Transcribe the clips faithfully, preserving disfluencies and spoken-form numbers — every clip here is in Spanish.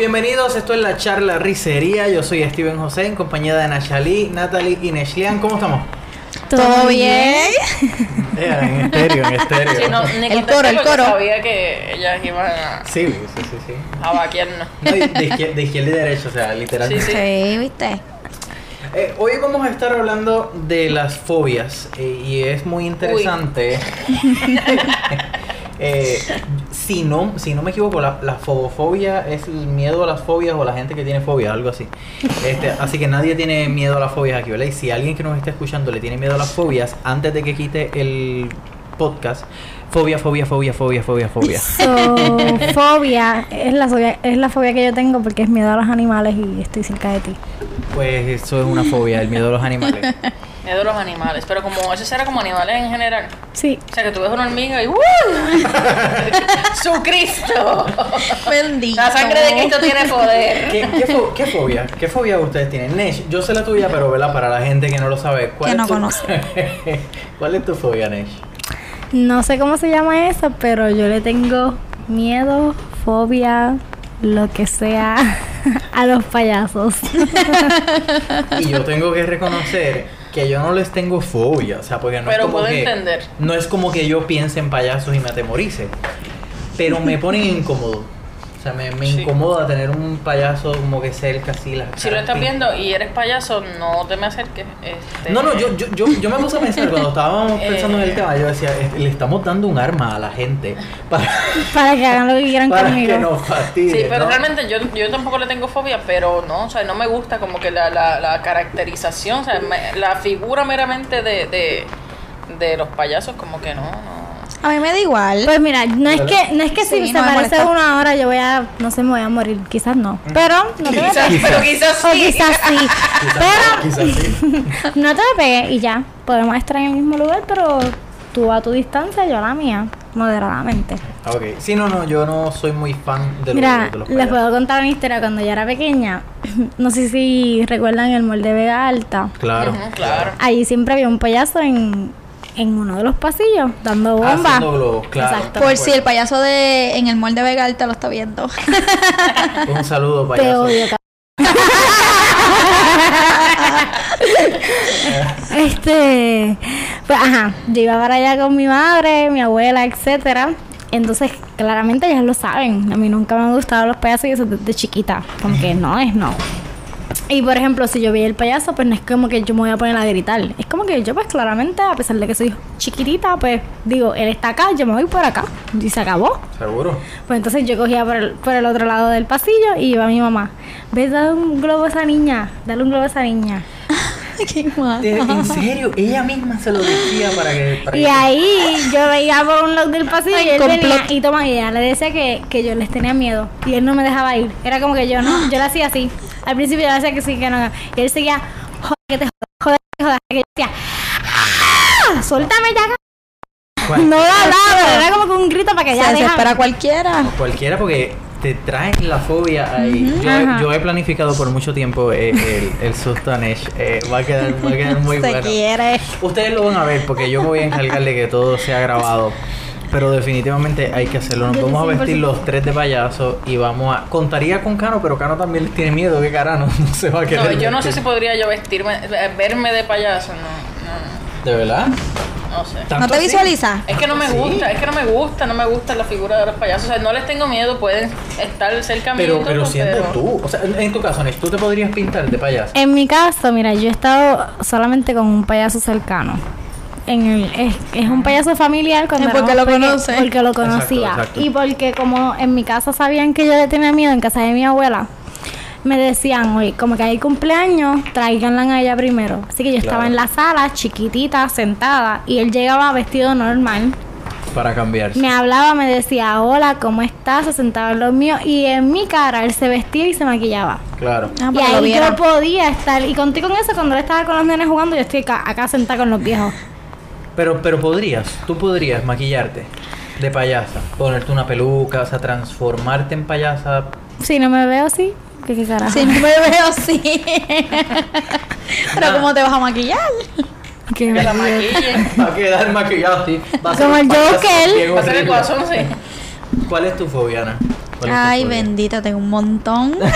bienvenidos, esto es La Charla Risería. Yo soy Steven José, en compañía de Nachalí, Natalie y Neshlian. ¿Cómo estamos? ¿Todo bien? Eh, en estéreo, en estéreo. Sí, no, ni el coro, el coro. Sabía que ellas iban a, Sí, sí, sí, sí. a vaquearnos. No, de, de, izquierda, de izquierda y derecha, o sea, literalmente. Sí, Sí, ¿viste? Eh, hoy vamos a estar hablando de las fobias eh, y es muy interesante. eh, si no, si no me equivoco, la, la fobofobia es el miedo a las fobias o la gente que tiene fobias, algo así. Este, así que nadie tiene miedo a las fobias aquí, ¿vale? Y si alguien que nos está escuchando le tiene miedo a las fobias, antes de que quite el podcast, fobia, fobia, fobia, fobia, fobia, fobia. So, fobia es la fobia, es la fobia que yo tengo porque es miedo a los animales y estoy cerca de ti. Pues eso es una fobia, el miedo a los animales. Miedo a los animales, pero como eso será como animales en general. Sí. O sea, que tú ves una hormiga y ¡uh! ¡Su Cristo! Bendito. La sangre de Cristo tiene poder. ¿Qué, qué, fo- qué fobia? ¿Qué fobia ustedes tienen? Nesh, yo sé la tuya, pero ¿verdad? Para la gente que no lo sabe, ¿cuál Que es no tu... conoce. ¿Cuál es tu fobia, Nesh? No sé cómo se llama eso, pero yo le tengo miedo, fobia, lo que sea a los payasos. Y yo tengo que reconocer que yo no les tengo fobia, o sea, porque no Pero es como puedo que entender. no es como que yo piense en payasos y me atemorice, pero me ponen incómodo. O sea, me, me Sí. incomoda tener un payaso como que cerca así las Si lo caras estás pintadas. viendo y eres payaso, no te me acerques. Este... No, no, yo, yo, yo, yo me puse a pensar cuando estábamos pensando en el Eh. tema, yo decía, "Est- le estamos dando un arma a la gente para, Para que hagan lo que quieran para conmigo. que nos fastidien, Sí, pero ¿no?". realmente yo, yo tampoco le tengo fobia, pero no, o sea, no me gusta como que la, la, la caracterización, o sea, me- la figura meramente de, de, de los payasos, como que no, no. A mí me da igual. Pues mira, no es que no es que Sí, si no se me parece molesta. una hora yo voy a, no sé, me voy a morir, quizás no. Pero no te me Quizás, pegues. pero quizás O sí. quizás sí. Quizás, Pero quizás sí. no te me pegues y ya. Podemos estar en el mismo lugar, pero tú a tu distancia, yo a la mía, moderadamente. Ok, sí, no, no, yo no soy muy fan de, Mira, los, de los les payasos. puedo contar una historia. Cuando yo era pequeña, no sé si recuerdan el mall de Vega Alta. Claro, Ujú, claro. Allí siempre había un payaso en, en uno de los pasillos, dando bomba. Haciendo globos, claro. Exacto. Por si el payaso de en el mall de Vega Alta lo está viendo. Un saludo, Te payaso. odio, cabrón. Este, pues ajá, yo iba para allá con mi madre, mi abuela, etcétera. Entonces, claramente ellas lo saben. A mí nunca me han gustado los payasos y eso desde chiquita. Como que no es no. Y por ejemplo, si yo veía el payaso, pues no es como que yo me voy a poner a gritar. Es como que yo, pues claramente, a pesar de que soy chiquitita, pues digo, él está acá, yo me voy por acá. Y se acabó. Seguro. Pues entonces yo cogía por el, por el otro lado del pasillo y iba mi mamá. ¿Ves? Dale un globo a esa niña. Dale un globo a esa niña. Qué mal. Eh, En serio, ella misma se lo decía para que. Para Y que- ahí yo veía por un lado del pasillo Ay, y él complot. venía y toma, y ella le decía que, que yo les tenía miedo. Y él no me dejaba ir. Era como que yo no, yo le hacía así. Al principio yo le decía que sí, que no. Y él seguía, joder, que te jodas, joder, que te jodas. Que yo decía, ¡ah! ¡Suéltame ya! Cual- No la hablaba, era como que un grito para que Se ya desespera dejan. cualquiera. Cualquiera porque te traen la fobia ahí. yo, Ajá. he, yo he planificado por mucho tiempo eh, el, el susto a Nesh. Eh, va a quedar, va a quedar muy Se bueno. quiere. Ustedes lo van a ver porque yo me voy a encargar de que todo sea grabado. Pero definitivamente hay que hacerlo. Nos Yo vamos a estoy vestir cien por ciento. los tres de payaso y vamos a... Contaría con Cano, pero Cano también les tiene miedo. ¿Qué cara? No, no se va a querer No, yo no sé vestir. si podría yo vestirme, eh, verme de payaso, no, ¿De verdad? no, no sé. ¿No ¿Tanto te así? visualizas? Es que no me Sí. gusta, es que no me gusta, no me gusta la figura de los payasos. O sea, no les tengo miedo, pueden estar cerca mío. y Pero, todo, pero siendo pero- tú, o sea, en tu caso, Nesh, ¿tú te podrías pintar de payaso? En mi caso, mira, yo he estado solamente con un payaso cercano. En el, es, es un payaso familiar cuando Es porque éramos lo peque- conoce. porque lo Exacto, conocía. exacto. Y porque como en mi casa sabían que yo le tenía miedo, en casa de mi abuela, me decían, oye, como que hay cumpleaños, tráiganla a ella primero. Así que yo estaba Claro. en la sala, chiquitita, sentada, y él llegaba vestido normal. Para cambiarse. Me hablaba, me decía, hola, ¿cómo estás? Se sentaba en los míos, y en mi cara él se vestía y se maquillaba. Claro. Ah, Y para que lo ahí viera. yo podía estar, y contigo con eso, cuando él estaba con los nenes jugando, yo estoy acá, acá sentada con los viejos. Pero, pero podrías, tú podrías maquillarte de payasa, ponerte una peluca, o sea, transformarte en payasa. Si no me veo así, ¿qué, qué carajo? Si no me veo así. Pero Nah. ¿cómo te vas a maquillar? Qué Que la idiota. maquille. Va a quedar maquillado así. Va a ser Como el payaso Joker. bien Va a ser el horrible. corazón, sí. ¿Cuál es tu fobia, Ana? ¿Cuál es tu Ay, fobia? bendita, tengo un montón. Los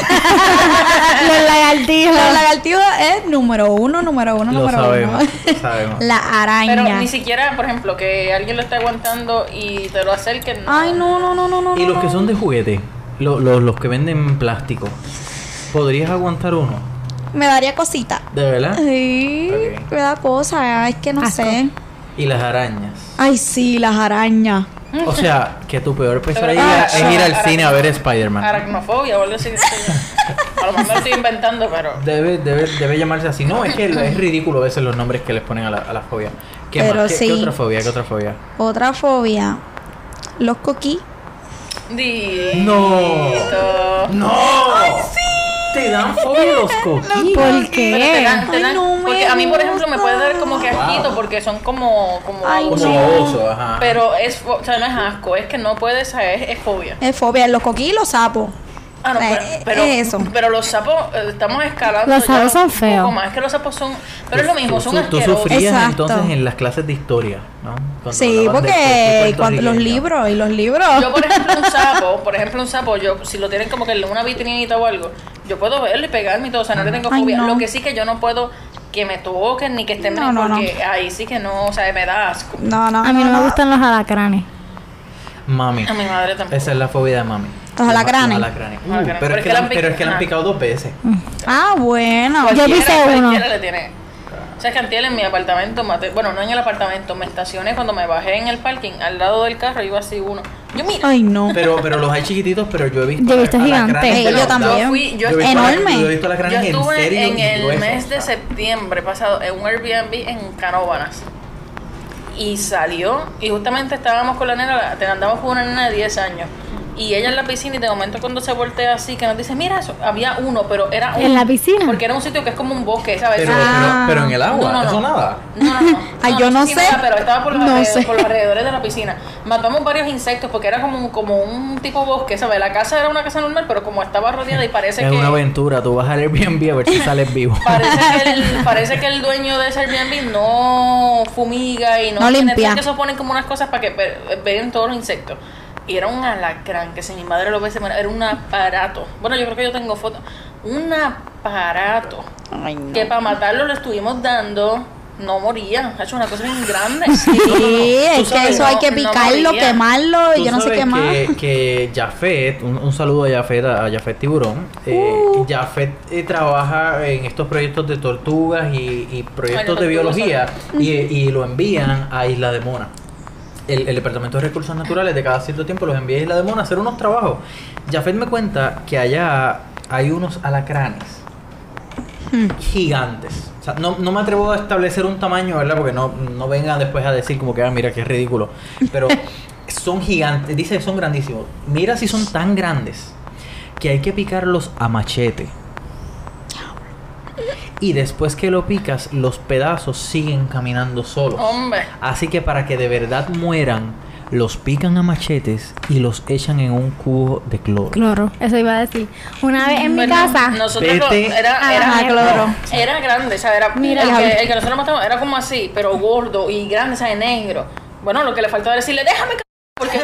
lagartijos. Los lagartijos es número uno, número uno, Lo número sabemos, uno. lo sabemos. La araña. Pero ni siquiera, por ejemplo, que alguien lo esté aguantando y te lo acerquen. No. Ay, no, no, no, no, no. Y los no. que son de juguete, lo- lo- los que venden plástico, ¿podrías aguantar uno? Me daría cosita. ¿De verdad? Sí, Ok. me da cosa, es que no Asco. sé. Y las arañas. Ay, sí, las arañas. O sea, que tu peor Pero- pesadilla ah, es ir al aracno- cine a ver Spider-Man. Aracnofobia o algo así. que sé yo. A lo mejor me lo estoy inventando, pero. Debe, debe, debe llamarse así. No, es que es ridículo a veces los nombres que les ponen a la, a la fobia. ¿Qué Pero más? ¿Qué, sí. qué otra fobia? ¿Qué otra fobia? Otra fobia. Los coquí. Dito. ¡No! ¡No! ¡Ay, sí! ¿Te dan fobia los coquí? ¿Por Pero te qué? dan, te Ay, dan- no me porque a mí, por ejemplo, me puede dar como que Wow. asquito porque son como. como Ay, Como no. oso, ajá. Pero es, fo- o sea, no es asco, es que no puedes, es, es fobia. Es fobia. Los coquí y los sapos. Ah, no, pero, Eh, pero, es eso. pero los sapos, eh, estamos escalando. Los ya sapos son un feos. poco más, es que los sapos son. Pero es lo mismo, Tú- son tú, tú asquerosos. sufrías Exacto. entonces en las clases de historia, ¿no? Cuando Sí, hablaban del porque puerto cuando, los puertorriqueño. libros y los libros. Yo, por ejemplo, un sapo, por ejemplo, un sapo, yo, si lo tienen como que en una vitrinita o algo, yo puedo verlo y pegarme y todo, o sea, no le tengo Ay, fobia. no. Lo que sí que yo no puedo que me toquen ni que estén No, no, porque ahí sí que no, o sea, me da asco. No, no, A mí no me no. gustan los alacranes. Mami. A mi madre tampoco. Esa es la fobia de mami. ¿Los alacranes? Los alacranes. Uh, Alacranes. pero, Pero es que la, han- pero es que la han ajá. picado dos veces. Ah, bueno. Yo Cualquiera, pisé uno. cualquiera le tiene. O sea, es que antier en mi apartamento, maté- bueno, no en el apartamento, me estacioné cuando me bajé en el parking, al lado del carro iba así uno. Yo mira, Ay, no. Pero, pero los hay chiquititos, pero yo he visto. Yo he visto alacranes gigantes. de Eh, yo verdad. también. yo fui, yo, Yo he visto Enorme. alac- Yo he visto yo alacranes en estuve serio en y el gruesos, mes de o sea. septiembre pasado en un Airbnb en Canóvanas. Y salió, y justamente estábamos con la nena, te andamos con una nena de diez años. Y ella en la piscina, y de momento cuando se voltea así, que nos dice, mira eso, había uno, pero era un, ¿En la piscina? Porque era un sitio que es como un bosque, ¿sabes? Pero, Ah. pero, pero en el agua, No, no, no. eso nada. No, no, no. Ay, yo no si sé. nada, pero estaba por los, No alrededores, sé. por los alrededores de la piscina. Matamos varios insectos porque era como un, como un tipo bosque, ¿sabes? La casa era una casa normal, pero como estaba rodeada y parece Es que... una aventura, tú vas al Airbnb a ver si sales vivo. Parece que, el, parece que el dueño de ese Airbnb no fumiga y no, No tiene- limpia. que se ponen como unas cosas para que ve- vean todos los insectos. Y era un alacrán que si mi madre lo ve se muere. Era un aparato. Bueno, yo creo que yo tengo fotos. Un aparato Ay, no. que para matarlo le estuvimos dando. No moría. Ha hecho una cosa bien grande. Sí, Tú es que sabes, eso hay que no- no picarlo, moría. quemarlo y Tú yo no sé sabes qué más. que, que Jafet, un, un saludo a Jafet, a Jafet Tiburón. Eh, Uh. Jafet eh, trabaja en estos proyectos de tortugas y, y proyectos Ay, de las tortugas biología y, y lo envían a Isla de Mona. El, el Departamento de Recursos Naturales de cada cierto tiempo los envía a Isla de Mona a hacer unos trabajos. Jafet me cuenta que allá hay unos alacranes Hmm. gigantes. O sea, no, no me atrevo a establecer un tamaño, ¿verdad? Porque no, no vengan después a decir como que, ah, mira, qué ridículo. Pero son gigantes, dice que son grandísimos. Mira si son tan grandes que hay que picarlos a machete. Y después que lo picas, los pedazos siguen caminando solos. Hombre. Así que para que de verdad mueran, los pican a machetes y los echan en un cubo de cloro. Cloro, eso iba a decir. Una vez en mi Bueno, casa. nosotros lo- Vete era, a era, la cloro. era grande, o sea, era Mira. el, que, el que nosotros matamos era como así, pero gordo y grande, o sea, negro. Bueno, lo que le faltaba era decirle, déjame c-", porque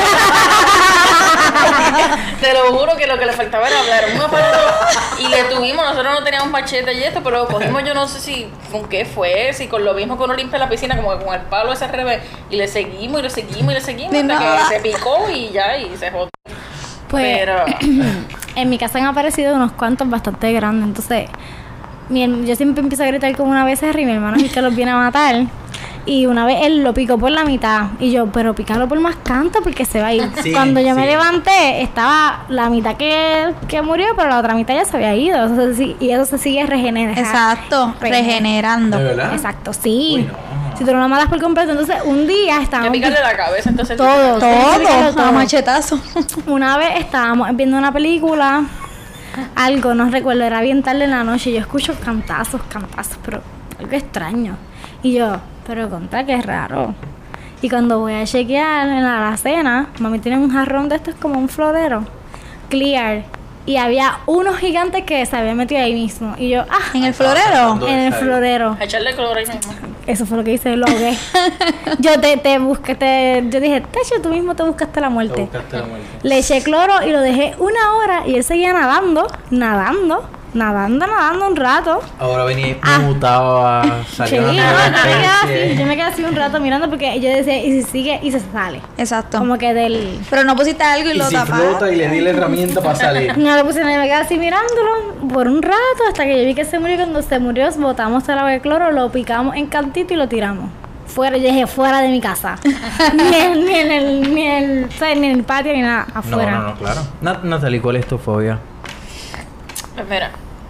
te lo juro que lo que le faltaba era hablar un aparato y le tuvimos, nosotros no teníamos machete y esto, pero lo cogimos, yo no sé si con qué fue, si con lo mismo que uno limpia la piscina, como que con el palo ese al revés, y le seguimos y le seguimos y le seguimos De hasta nada. que se picó y ya, y se jodió. Pues Pero en mi casa han aparecido unos cuantos bastante grandes. Entonces, mi herm- yo siempre empiezo a gritar como una becerra y mi hermano es el que los viene a matar. Y una vez él lo picó por la mitad. Y yo, pero pícalo por más canto porque se va a ir. Sí, Cuando yo me sí. levanté, estaba la mitad que, que murió, pero la otra mitad ya se había ido. O sea, sí, y eso se sigue regenerando. Exacto, regenerando. ¿De verdad? Exacto, sí. Uy, no. Si tú no lo matas por completo, entonces un día hay que estábamos... picarle la cabeza, entonces Todo. Todo, Todo. a machetazo. Una vez estábamos viendo una película, algo, no recuerdo, era bien tarde en la noche, y yo escucho cantazos, cantazos, pero algo extraño. Y yo, pero contra, qué raro. Y cuando voy a chequear en la alacena, mami tiene un jarrón de estos como un florero, clear, y había unos gigantes que se habían metido ahí mismo. Y yo, ah, En el florero. ¿Dónde en el está ahí? florero. A echarle color ahí mismo. Eso fue lo que hice, lo ahogué. Yo te, te busqué, te, yo dije, Tacho, tú mismo te buscaste la Te muerte. buscaste la muerte. Le eché cloro y lo dejé una hora y él seguía nadando, nadando, nadando, nadando un rato. Ahora venía Ah. mutaba, Sí, salió yo, una me nueva quedé así, yo especie. me quedé así un rato mirando porque yo decía, y si sigue y se sale. Exacto. Como que del... Pero no pusiste algo y, Y lo si tapaste. flota y le di la herramienta para salir. No le puse nada, me quedé así mirándolo por un rato hasta que yo vi que se murió. Cuando se murió, botamos el agua de cloro, lo picamos en cantito y lo tiramos. Fuera, yo dije, fuera de mi casa. ni, en, ni en el, ni en el, o sea, ni en el patio, ni nada, No, afuera. no, no, claro. Nat- Natalie, ¿cuál es tu fobia? Pues mira,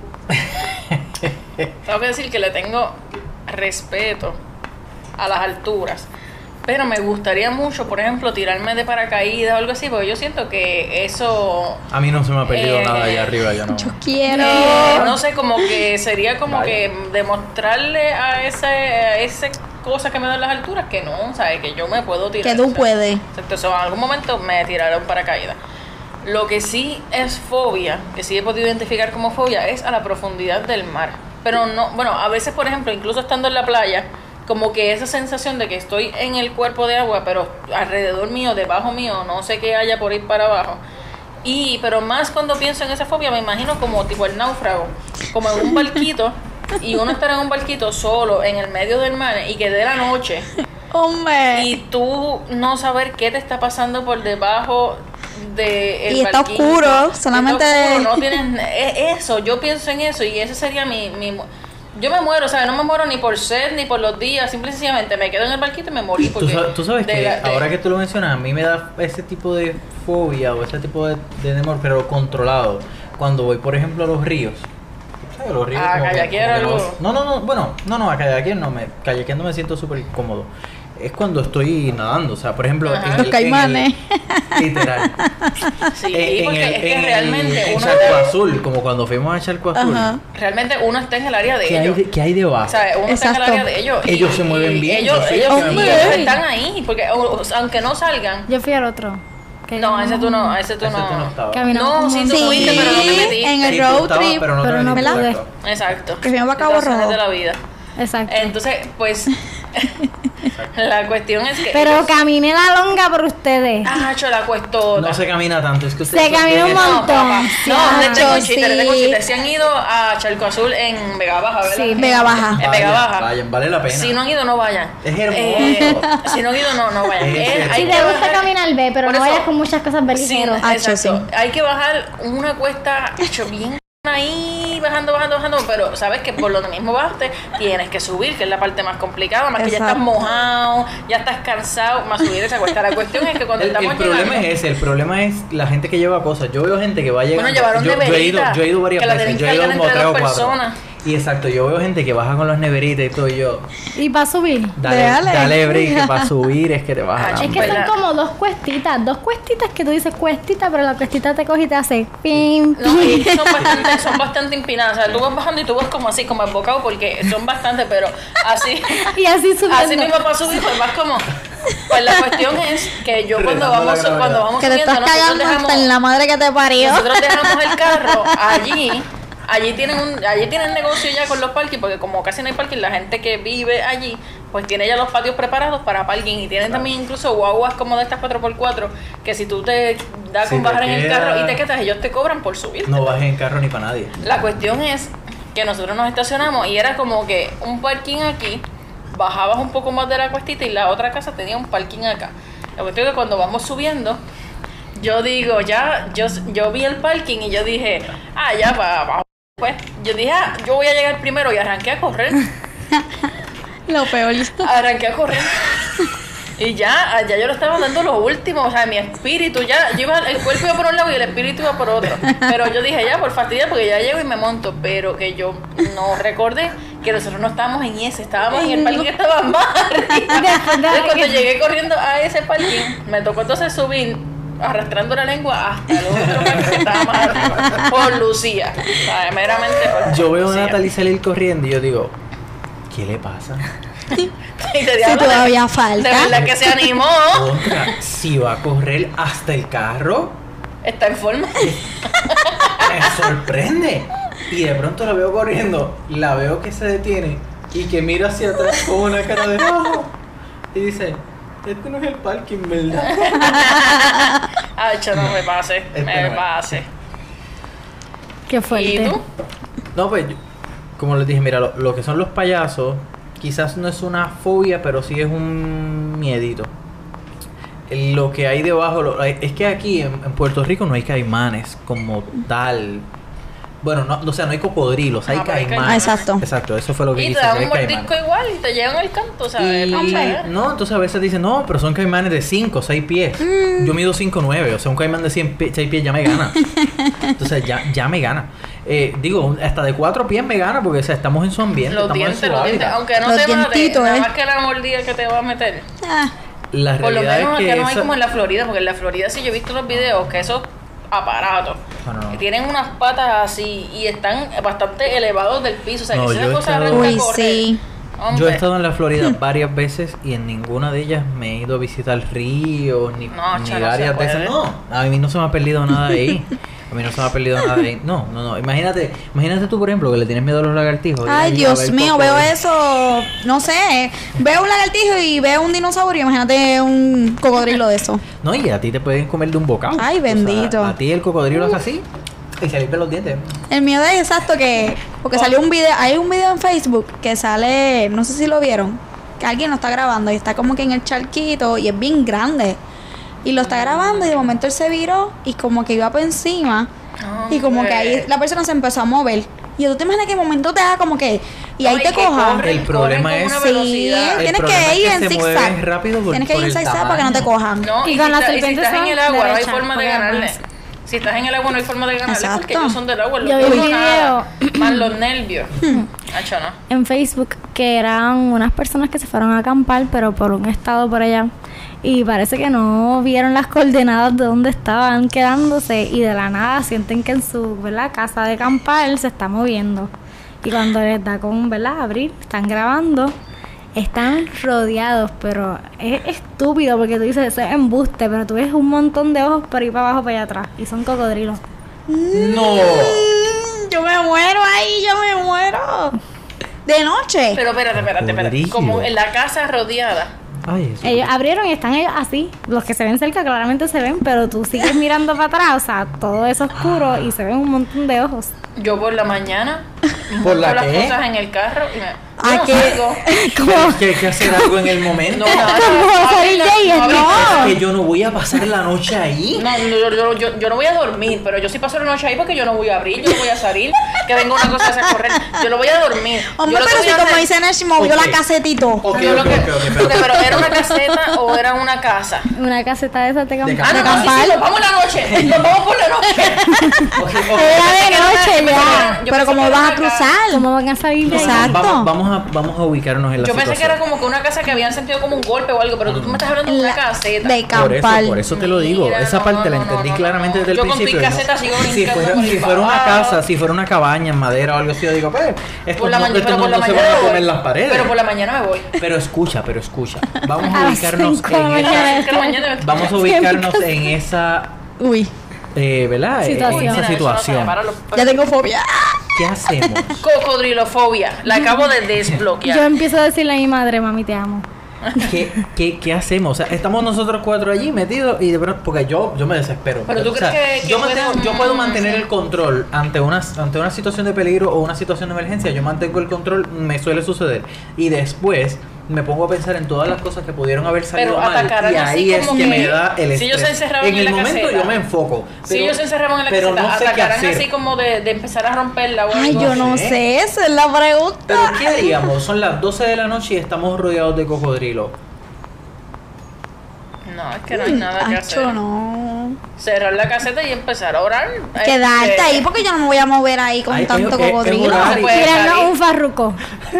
tengo que decir que le tengo respeto a las alturas, pero me gustaría mucho, por ejemplo, tirarme de paracaídas o algo así, porque yo siento que eso, A mí no se me ha perdido Eh, nada allá arriba, yo no. Yo quiero. eh, no sé, como que sería como Vaya. que demostrarle a ese, a ese cosa que me dan las alturas que no, ¿sabes? Que yo me puedo tirar. Que tú o sea, puedes. Entonces, en algún momento me tiraron paracaídas. Lo que sí es fobia, que sí he podido identificar como fobia, es a la profundidad del mar. Pero no, bueno, a veces, por ejemplo, incluso estando en la playa, como que esa sensación de que estoy en el cuerpo de agua, pero alrededor mío, debajo mío, no sé qué haya por ir para abajo. Y, pero más cuando pienso en esa fobia, me imagino como tipo el náufrago, como en un barquito, y uno estar en un barquito solo en el medio del mar y que de la noche Hombre. y tú no saber qué te está pasando por debajo de el Y está barquito. oscuro, Y solamente- está oscuro, no tienes es- eso, yo pienso en eso y ese sería mi, mi yo me muero, o sea, no me muero ni por sed ni por los días, simple y sencillamente me quedo en el barquito y me morí Tú porque sabes, tú sabes de que la- de- ahora que tú lo mencionas, a mí me da ese tipo de fobia o ese tipo de, de temor, pero controlado. Cuando voy, por ejemplo, a los ríos. ¿Sabes? Los ríos. ¿A como que- kayakear como que algo? no, no, no, bueno, no, no, a kayakear no, me, kayakeando me siento súper cómodo. Es cuando estoy nadando, o sea, por ejemplo, Ajá. en Los el, caimanes. en el- literal. sí, En- en porque el- es que en el- realmente en uno Charco Azul, como cuando fuimos a Charco Azul. Ajá. realmente uno está en el área de ¿Qué hay, ellos. de, ¿Qué hay debajo? O sea, uno está en el Exacto. área de ellos. y- Ellos se mueven y bien, Ellos, yo sé ellos, que y Hombre. ellos están ahí, porque o- o- aunque no salgan. Yo fui al otro. que No, ese tú no, ese tú Ese no. tú no estabas. Caminamos No, un sí, tú montón. fuiste, pero no te metiste. en el Sí, tú road estabas, trip. pero no, pero te no metiste, pude. exacto. Exacto. Que fuimos a Cabo Situaciones Rojo. de la vida. Exacto. Entonces, pues, la cuestión es que. Pero ellos- caminé la longa por ustedes. Ah, yo la cuesto. No se camina tanto, es que ustedes Se camina un tienen- montón. papá. Sí, No, ajá. les tengo un chiste, les tengo un Sí. chiste. Se han ido a Charco Azul en Vega Baja, ¿verdad? Sí, Vega Baja. En Vega Vayan, Baja. vayan, vale la pena. Si no han ido, no vayan. Es hermoso. Eh, si no han ido, no, no vayan. Es Eh, hermoso. hay Si que te gusta bajar- caminar, ve, pero Por no eso- vayas con muchas cosas Sí, beligero. Ah, exacto. sí. Hay que bajar una cuesta hecho bien ahí, bajando, bajando, bajando, pero sabes que por lo mismo bajaste, tienes que subir, que es la parte más complicada, más que ya estás Exacto. mojado, ya estás cansado, más subir esa cuesta. La cuestión es que cuando El, el estamos problema llegando, es ese, el problema es la gente que lleva cosas. Yo veo gente que va llegando. Bueno, llevaron yo, yo he ido, neveritas, yo he ido varias que la veces, tienen yo que he ido cargar como entre tres o dos cuatro. personas. Y exacto, yo veo gente que baja con las neveritas y todo y yo. Y para subir. Dale, Dale. dale break que para subir es que te vas a Ah, la Es que Pues son la- como dos cuestitas, dos cuestitas que tú dices cuestita, pero la cuestita te coge y te hace pim, No, y pim. son bastante, son bastante empinadas. O sea, tú vas bajando y tú vas como así, como embocado, porque son bastante, pero así. Y así subiendo. Así mismo para subir, pues vas como. Pues la cuestión es que yo cuando Retando la vamos, gravedad. cuando vamos Que te subiendo, estás nosotros cagando dejamos, hasta en la madre que te parió. nosotros dejamos el carro allí. Allí tienen un, allí tienen negocio ya con los parking, porque como casi no hay parking, la gente que vive allí, pues tiene ya los patios preparados para parking. Y tienen también incluso guaguas como de estas cuatro por cuatro, que si tú te das Si con te bajar en el queda- carro y te quedas, ellos te cobran por subir. No bajes en carro ni para nadie. La cuestión es que nosotros nos estacionamos y era como que un parking aquí, bajabas un poco más de la cuestita y la otra casa tenía un parking acá. La cuestión es que cuando vamos subiendo, yo digo, ya, yo, yo vi el parking y yo dije, ah, ya, para abajo. Pues yo dije, ah, yo voy a llegar primero y arranqué a correr. Lo peor. Arranqué a correr. Y ya, ya yo lo estaba dando lo último, o sea, mi espíritu ya, yo iba, el cuerpo iba por un lado y el espíritu iba por otro. Pero yo dije, ya, por fastidiar, porque ya llego y me monto. Pero que yo no recordé que nosotros no estábamos en ese, estábamos en el parking que estaba más arriba. Entonces, cuando llegué corriendo a ese parking, me tocó entonces subir, arrastrando la lengua hasta el otro parking que estaba más arriba. Por Lucía. O sea, meramente por Yo veo a Lucía. Natalie salir corriendo y yo digo, ¿qué le pasa? Y te Si diablo, todavía de falta. verdad que se animó. Contra, si va a correr hasta el carro, Está en forma. me sorprende. Y de pronto la veo corriendo, la veo que se detiene y que mira hacia atrás con una cara de ¡oh! Y dice, este no es el parking, ¿verdad? Ay, cho, no me pase, Este me no es. pase. Qué fuerte. ¿Y tú? No, pues, yo- como les dije, mira, lo, lo que son los payasos, quizás no es una fobia, pero sí es un miedito. Lo que hay debajo, lo- es que aquí en, en Puerto Rico no hay caimanes como tal. Bueno, no, o sea, no hay cocodrilos, hay Ah, pero hay caimanes. caimanes. Ah, exacto. Exacto, eso fue lo que Y quise te dan decir, un hay mordisco caimanes. igual y te llegan el canto, ¿sabes? Y, Hombre. no, entonces a veces dicen, no, pero son caimanes de cinco, seis pies. Mm. Yo mido cinco nueve, o sea, un caimán de cien pie- seis pies ya me gana. Entonces ya, ya me gana. Eh, digo, hasta de cuatro pies me gana porque o sea, estamos en su ambiente, Los estamos dientes, en su los dientes, hábitat. aunque no Los te mate, dientitos, nada eh. más que la mordida que te va a meter. Ah, La Por lo realidad menos es acá que no hay esa- como en la Florida, porque en la Florida sí yo he visto los videos que esos aparatos No, no, no. que tienen unas patas así y están bastante elevados del piso, o sea, No, que si yo esa he cosa estado- arranca a uy, correr, sí. hombre, Yo he estado en la Florida varias veces y en ninguna de ellas me he ido a visitar ríos ni, No, ni cha, no áreas se de esas. puede. No, a mí no se me ha perdido nada de ahí. A mí no se me ha perdido nada de ahí. No, no, no. Imagínate, imagínate tú, por ejemplo, que le tienes miedo a los lagartijos. Ay, Ir allí a Dios ver mío, cocodrilos. veo eso. No sé. Veo un lagartijo y veo un dinosaurio. Imagínate un cocodrilo de eso. No, y a ti te pueden comer de un bocado. Ay, O sea, bendito. a ti el cocodrilo es así y salir de los dientes. El miedo es exacto que. Porque salió un video. Hay un video en Facebook que sale. No sé si lo vieron. Que alguien lo está grabando y está como que en el charquito y es bien grande. Y lo está grabando y de momento él se viró y como que iba por encima. Y como que ahí la persona se empezó a mover. Y tú te imaginas que en momento te haga como que. Y ahí No, y te que coja. corre. El problema corren es... con una Sí, velocidad. El tienes que problema ir es en que se mueven zigzag. rápido por- Tienes que por ir en el zigzag para que no te tamaño. cojan. No, Y y, con si, las está- y si serpientes estás en son el agua, no hay derechas, forma de porque ganarle. además- Si estás en el agua, no hay forma de ganarle porque Exacto. ellos son del agua. Yo Los vi no un nada, más los nervios. Hacho, no. En Facebook que eran unas personas que se fueron a acampar, pero por un estado por allá. Y parece que no vieron las coordenadas de dónde estaban quedándose y de la nada sienten que en su, ¿verdad?, casa de acampar se está moviendo. Y cuando les da con, ¿verdad?, abrir, están grabando, están rodeados, pero es estúpido porque tú dices, eso es embuste, pero tú ves un montón de ojos por ahí para abajo, para allá atrás, y son cocodrilos. No. Mm, Yo me muero ahí, yo me muero. De noche. Pero espérate, espérate, espérate. Cocodrilo. Como en la casa rodeada. Ay, eso. Ellos abrieron y están ellos así. Los que se ven cerca claramente se ven, pero tú sigues mirando para atrás, o sea, todo eso oscuro y se ven un montón de ojos. Yo por la mañana ¿Por la monto las qué? cosas en el carro y me Ah, no ¿qué? salgo. Pero es que hay que hacer algo en el momento. No, no, no, ¿Cómo va a salir de ahí? no, No. Es que yo no voy a pasar la noche ahí. No, yo, yo, yo, yo no voy a dormir, pero yo sí paso la noche ahí porque yo no voy a abrir, yo no voy a salir, que venga una cosa a hacer correr. Yo no voy a dormir. Hombre, yo lo que pero voy si a como hacer- dice Nash, movió Ok. la casetito. Ok, yo lo ok, que- ok, ok, ok, pero ¿era una caseta o era una casa? Una caseta de esas de De campar. Ah, no, no, sí, sí, nos vamos la noche. Nos vamos por la noche. Ok, ok. Era de noche Yo ya. pensé Pero que como era vas una a casa. cruzar. ¿Cómo van a salir de ahí? Exacto. Vamos, vamos, a, vamos a ubicarnos en la Yo pensé que situación. era como que una casa que habían sentido como un golpe o algo, pero tú, tú me estás hablando de una La- caseta. de Por eso, campal. por eso te lo digo. Mira, Esa no, parte no, la no, entendí no, no, claramente no. desde el Yo con tu principio. ¿no? caseta sigo Si brincando fuera, por si el fuera una papá. casa, si fuera una cabaña en madera o algo así, yo digo, pues, estos Por la no, mañana, estos pero no- por la no se mañana van a me comer voy. las paredes. Pero por la mañana me voy. Pero escucha, pero escucha. Vamos A a las ubicarnos cinco de la en mañana. esa, Que la mañana me- vamos a ubicarnos en esa, Uy, eh, ¿verdad? En Situación. esa Mira, eso no se situación. me para los- ya tengo fobia. ¿Qué hacemos? Cocodrilofobia. La acabo de desbloquear. Yo empiezo a decirle a mi madre, mami, te amo. ¿Qué, qué, ¿Qué hacemos? O sea, estamos nosotros cuatro allí metidos y de pronto, porque yo, yo me desespero. Pero tú O sea, crees que- yo, que mantengo- puedan- yo puedo mantener el control ante una, ante una situación de peligro o una situación de emergencia. Yo mantengo el control, me suele suceder. Y después me pongo a pensar en todas las cosas que pudieron haber salido Pero mal. atacarán Y así ahí es como que que- me da el estrés. si ellos se encerraban en en el la momento caseta. yo me enfoco. Si pero- ellos se encerraban en la pero caseta, no sé qué atacarán hacer. así como de, de empezar a romperla. o Ay, algo yo así. no sé. sé, esa es la pregunta. Pero ¿qué haríamos? Son las doce de la noche y estamos rodeados de cocodrilos. No, es que no hay nada que hacer. Acho, no. Cerrar la caseta y empezar a orar. Quedarte Este, ahí porque yo no me voy a mover ahí con Ay, tanto es- es- es cocodrilo. horario. se puede Tirarnos salir. un farruco.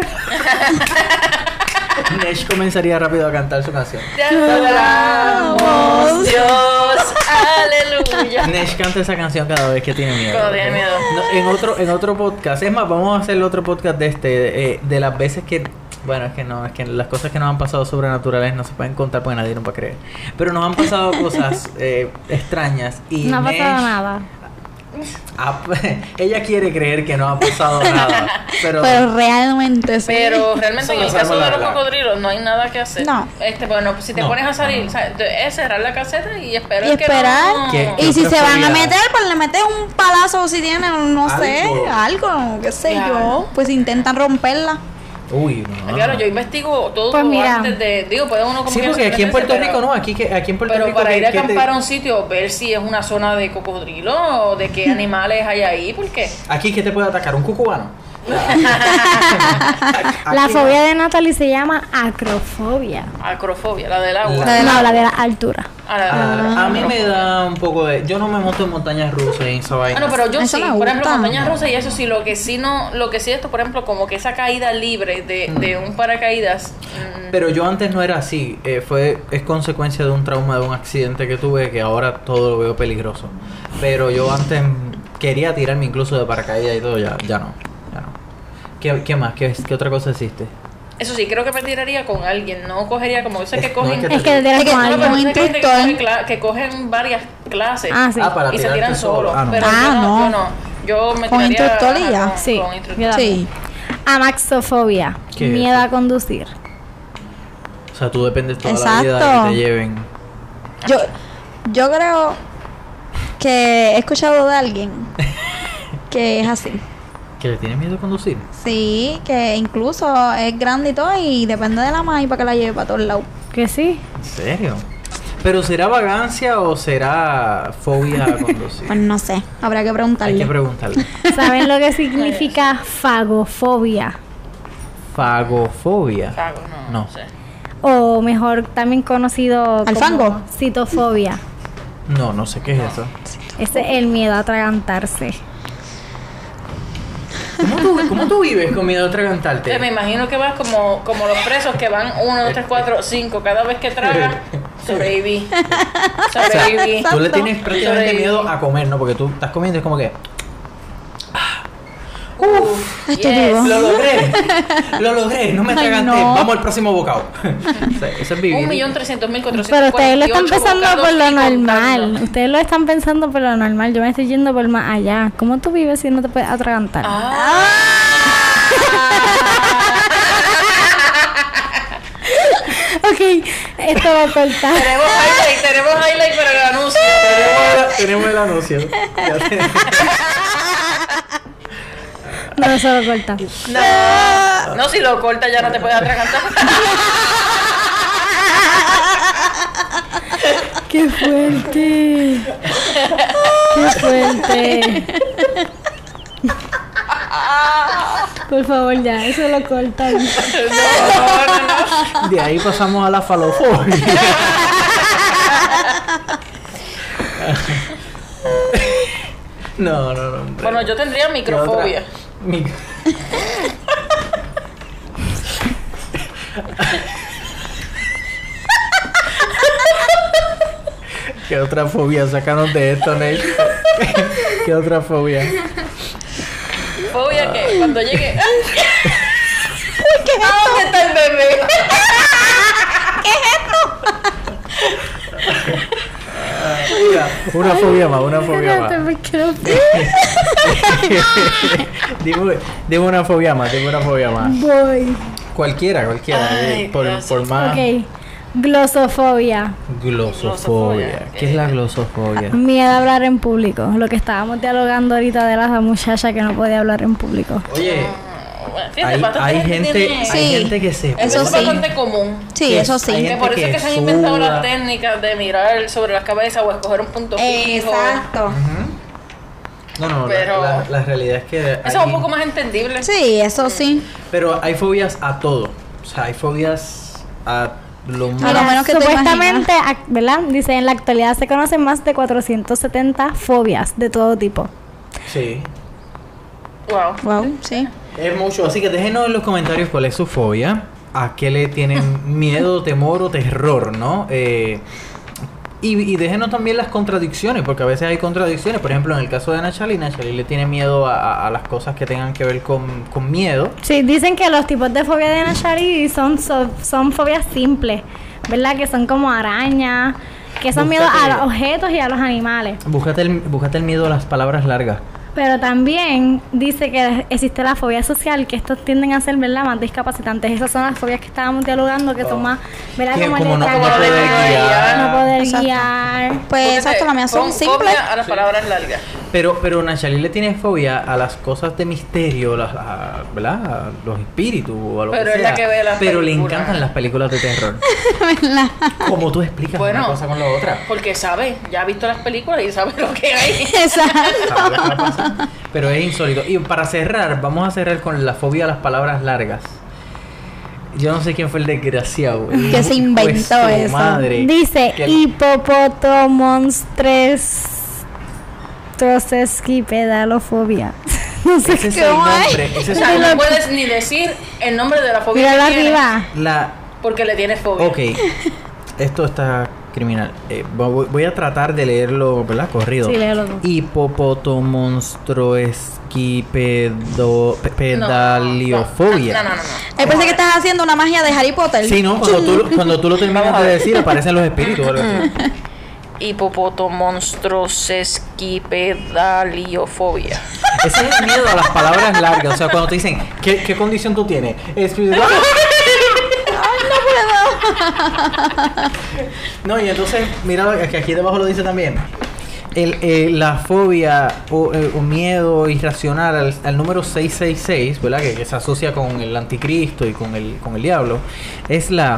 Nesh comenzaría rápido a cantar su canción. Te adoramos, Dios, aleluya. Nesh canta esa canción cada vez que tiene miedo. Cuando tiene ¿ok? miedo. No, en otro en otro podcast, es más, vamos a hacer otro podcast de este, eh, de las veces que, bueno, es que no, es que las cosas que nos han pasado sobrenaturales no se pueden contar porque nadie nos va a creer. Pero nos han pasado cosas eh, extrañas y No ha Nesh, pasado nada. Ah, ella quiere creer que no ha pasado nada, pero, Pero realmente sí. Pero realmente Eso en no el caso sabemos de la los verdad. cocodrilos no hay nada que hacer. No. Este, bueno, si te No, pones a salir, no. o sea, es cerrar la caseta y esperar Y que esperar. no... ¿Qué- qué Y si otra se van a fobia? meter, pues le meten un palazo si tienen, no sé, Algo. algo, qué sé Ya. yo. Pues intentan romperla. Uy, no. Claro, yo investigo todo Pues mira. antes de... Digo, puede uno como Sí, que porque aquí en Puerto sorprenderse, Rico pero- no, aquí que aquí en Puerto Pero Rico para que- ir a que te- acampar a un sitio, ver si es una zona de cocodrilo o de qué animales hay ahí, porque... aquí que te puede atacar un cucubano. La Aquí fobia no. de Natalie se llama acrofobia. Acrofobia, la del agua. La de No, la de la altura. Ah, la- Ah, a mí me da un poco de. Yo no me monto en montañas rusas y esa vaina. Ah, no, pero yo Eso sí, me por ejemplo, gusta. montañas rusas y eso sí, lo que sí no, lo que sí esto, por ejemplo, como que esa caída libre de, de un paracaídas. mm, Pero yo antes no era así. eh, fue es consecuencia de un trauma, de un accidente que tuve, que ahora todo lo veo peligroso. Pero yo antes quería tirarme incluso de paracaídas y todo, ya, ya no, ya no. ¿Qué, qué más? ¿Qué, qué otra cosa existe? Eso sí, creo que me tiraría con alguien, no cogería como esas Es- que no cogen. es que Es que te tiras Es que con no, No, alguien. pero un hay gente que, instructor. coge cla- que cogen varias clases Ah, sí. Ah, para y se tirarte tiran solo. solos. Ah, no. Pero Ah, yo no, no. yo no. Yo me Con tiraría instructor y ajá, ya. con- Sí, con yo instructor. también. Sí. Amaxofobia. ¿Qué es Miedo eso? a conducir. O sea, tú dependes toda la vida de Exacto. que te lleven. Yo, yo creo que he escuchado de alguien que es así. ¿Que le tienes miedo a conducir? Sí, que incluso es grande y todo y depende de la mãe para que la lleve para todos lados. Que sí. ¿En serio? ¿Pero será vagancia o será fobia a conducir? Pues no sé, habrá que Hay preguntarle. que preguntarle. ¿Saben lo que significa fagofobia? Fagofobia. Cago, no, No. no sé. O mejor también conocido ¿Al como fango? citofobia. No, no sé qué es eso. Ese es el miedo a atragantarse. ¿Cómo tú, cómo tú vives con miedo a atragantarte? Eh, Me imagino que vas como, como los presos que van uno, dos, tres, cuatro, cinco. Cada vez que tragas, sobreviví. Sobreviví. Tú le tienes prácticamente Sobreviví. miedo a comer, ¿no? Porque tú estás comiendo y es como que... Uf, Esto yes. digo. ¡Lo logré! ¡Lo logré! ¡No me Ay, atraganté! no. ¡Vamos al próximo bocado! O sea, eso es vivir. Un millón trescientos mil cuatrocientos Pero ustedes lo están cuarenta y ocho pensando por lo bocados y normal. contando. Ustedes lo están pensando por lo normal. Yo me estoy yendo por más allá. ¿Cómo tú vives si no te puedes atragantar? Ah. Ok, esto va a cortar. Tenemos highlight, tenemos highlight para el anuncio. Tenemos, tenemos el anuncio. Ya te- No, eso va a cortar. No, no, si lo cortas ya no te puedes atragantar. ¡Qué fuerte! ¡Qué fuerte! Por favor, ya, eso lo cortan. No, no, no. De ahí pasamos a la falofobia. No, no, no. hombre. Bueno, yo tendría ¿Qué microfobia. otra? Mic- ¿Qué otra fobia? Sácanos de esto, Nate. ¿Qué otra fobia? Fobia que cuando llegue. ¿A dónde está el bebé? Mira, una fobia más, una fobia más. Espérate, porque no- dime, dime una fobia más, dime una fobia más. Voy. Cualquiera, cualquiera. Ay, eh, por, Dios. por más. Ok. Glosofobia. Glosofobia. Glosofobia. ¿Qué es la glosofobia? Miedo a hablar en público. Lo que estábamos dialogando ahorita de la muchacha que no podía hablar en público. Oye, Bueno, fíjate, hay, bastante hay gente gente, tiene- hay Sí, gente que se eso Eso es sí. bastante común. Sí, Que eso hay sí. Que gente por eso es que que se han inventado suda. las técnicas de mirar sobre las cabezas o escoger un punto fijo. Exacto. No, no, la- Pero- la, la realidad es que Eso es hay- un poco más entendible. Sí, eso sí. pero hay fobias a todo. O sea, hay fobias a lo A lo más... menos que te supuestamente, ac- ¿verdad? Dice, en la actualidad se conocen más de cuatrocientas setenta fobias de todo tipo. Sí. Wow. Wow, sí. Es mucho, así que déjenos en los comentarios cuál es su fobia, a qué le tienen miedo, temor o terror, ¿no? Eh, y, y déjenos también las contradicciones, porque a veces hay contradicciones. Por ejemplo, en el caso de Nachali, Nachali le tiene miedo a, a- a las cosas que tengan que ver con, con miedo. Sí, dicen que los tipos de fobia de Nashari son, so- son fobias simples, ¿verdad? Que son como arañas, Que son miedos a Búscate- los objetos y a los animales. Búscate el, búscate el miedo a las palabras largas. Pero también dice que existe la fobia social, que estos tienden a ser, ¿verdad?, más discapacitantes. Esas son las fobias que estábamos dialogando, que son más, ¿verdad?, Que como, como el no- de no tragar, poder guiar. no poder Exacto. guiar. Pues Porque exacto, te- las mías son pon simples. fobia a las palabras largas. Pero, pero Nachali le tiene fobia a las cosas de misterio, las, a, ¿verdad? A los espíritus o a lo Pero que es sea. la que ve las pero le películas. encantan las películas de terror. ¿Cómo tú explicas Bueno. una cosa con la otra? Porque sabe, ya ha visto las películas y sabe lo que hay. Exacto. ¿Sabes lo que pasa? Pero es insólito. Y para cerrar, vamos a cerrar con la fobia a las palabras largas. Yo no sé quién fue el desgraciado. el Que se inventó hijo de su eso. Madre. Dice Que- hipopotomonstres trosesquipedalofobia. No sé Ese es qué. el ¿Cómo es? nombre. Ese O es sea, el no puedes ni decir el nombre de la fobia Míralo que tiene arriba. la. porque le tienes fobia. Ok. Esto está criminal. Eh, voy, voy a tratar de leerlo, ¿verdad? Corrido. Sí, léelo tú. Hipopotomonstruesquipedaliofobia. No, no, no, no. Ay, pensé que estás haciendo una magia de Harry Potter. Sí, ¿no? Cuando tú, cuando tú lo terminas Vamos a de ver. decir, aparecen los espíritus o algo así. Hipopotomonstrosesquipedaliofobia. Ese es el miedo a las palabras largas. O sea, cuando te dicen, ¿qué, qué condición tú tienes? Es- No, y entonces, mira, que aquí debajo lo dice también. El, eh, la fobia o, eh, o miedo irracional al, al número seiscientos sesenta y seis, ¿verdad? Que, que se asocia con el anticristo y con el, con el diablo, es la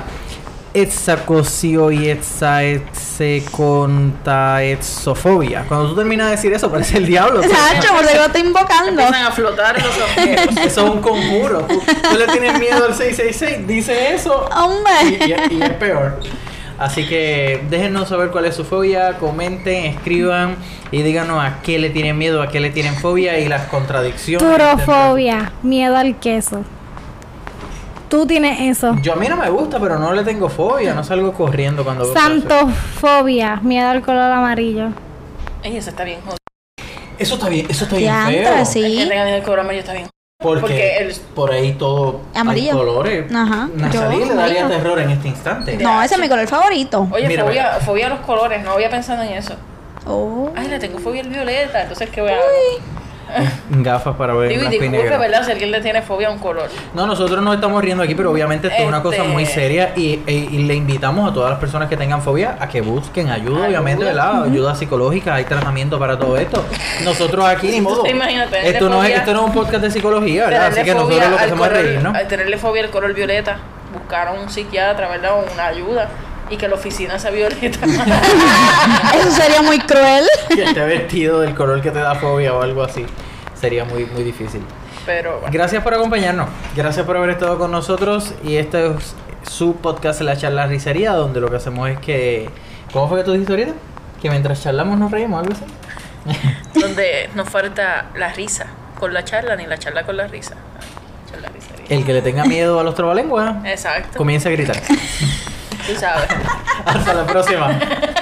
etsacosioetsaetsecontaetsofobia. Cuando tú terminas de decir eso, parece el diablo. Chacho, porque lo estoy invocando. Empiezan a flotar los objetos. Eso es un conjuro. Tú, tú le tienes miedo al seiscientos sesenta y seis, dice eso Hombre. y, y- y es peor. Así que déjenos saber cuál es su fobia, comenten, escriban y díganos a qué le tienen miedo, a qué le tienen fobia y las contradicciones. Turofobia, miedo al queso. Tú tienes eso. Yo a mí no me gusta, pero no le tengo fobia, no salgo corriendo cuando veo cosas. Santofobia, miedo al color amarillo. Ey, eso está bien jodido. Eso está bien, eso está bien Diantre, feo. sí. El que tenga miedo al color amarillo está bien. Porque, Porque el- por ahí todo Amarillo. hay colores. Ajá. Nachalí Yo, le daría amarillo. terror en este instante. No, ese es mi color favorito. Oye, Mira, fobia, mira. fobia a los colores, no había pensado en eso. Oh. Ay, le tengo fobia al violeta, entonces ¿qué voy a hacer? Gafas para ver Digo, y blanco y disculpe, negro. ¿verdad? Si alguien le tiene fobia a un color. No, nosotros nos estamos riendo aquí, pero obviamente esto es una cosa Este- muy seria y, e- y le invitamos a todas las personas que tengan fobia a que busquen ayuda, Ayuda. obviamente, ¿verdad? Ayuda psicológica, hay tratamiento para todo esto. Nosotros aquí ni modo. Imagínate, tenerle Esto no, es, fobia- esto no es un podcast de psicología, ¿verdad? Así Tenerle que fobia nosotros lo que al hacemos es color- reír, ¿no? al tenerle fobia al color violeta, buscar a un psiquiatra, ¿verdad? O una ayuda. Y que la oficina sea violeta. Eso sería muy cruel. Que esté vestido del color que te da fobia o algo así. Sería muy, muy difícil. Pero bueno. Gracias por acompañarnos. Gracias por haber estado con nosotros. Y este es su podcast, La Charla Risería, donde lo que hacemos es que... ¿Cómo fue que tú dijiste ahorita? Que mientras charlamos nos reímos, algo así. Donde nos falta la risa con la charla, ni la charla con la risa. Charla risería. El que le tenga miedo a los trabalenguas, Exacto. comienza a gritar. Tú sabes. Hasta la próxima.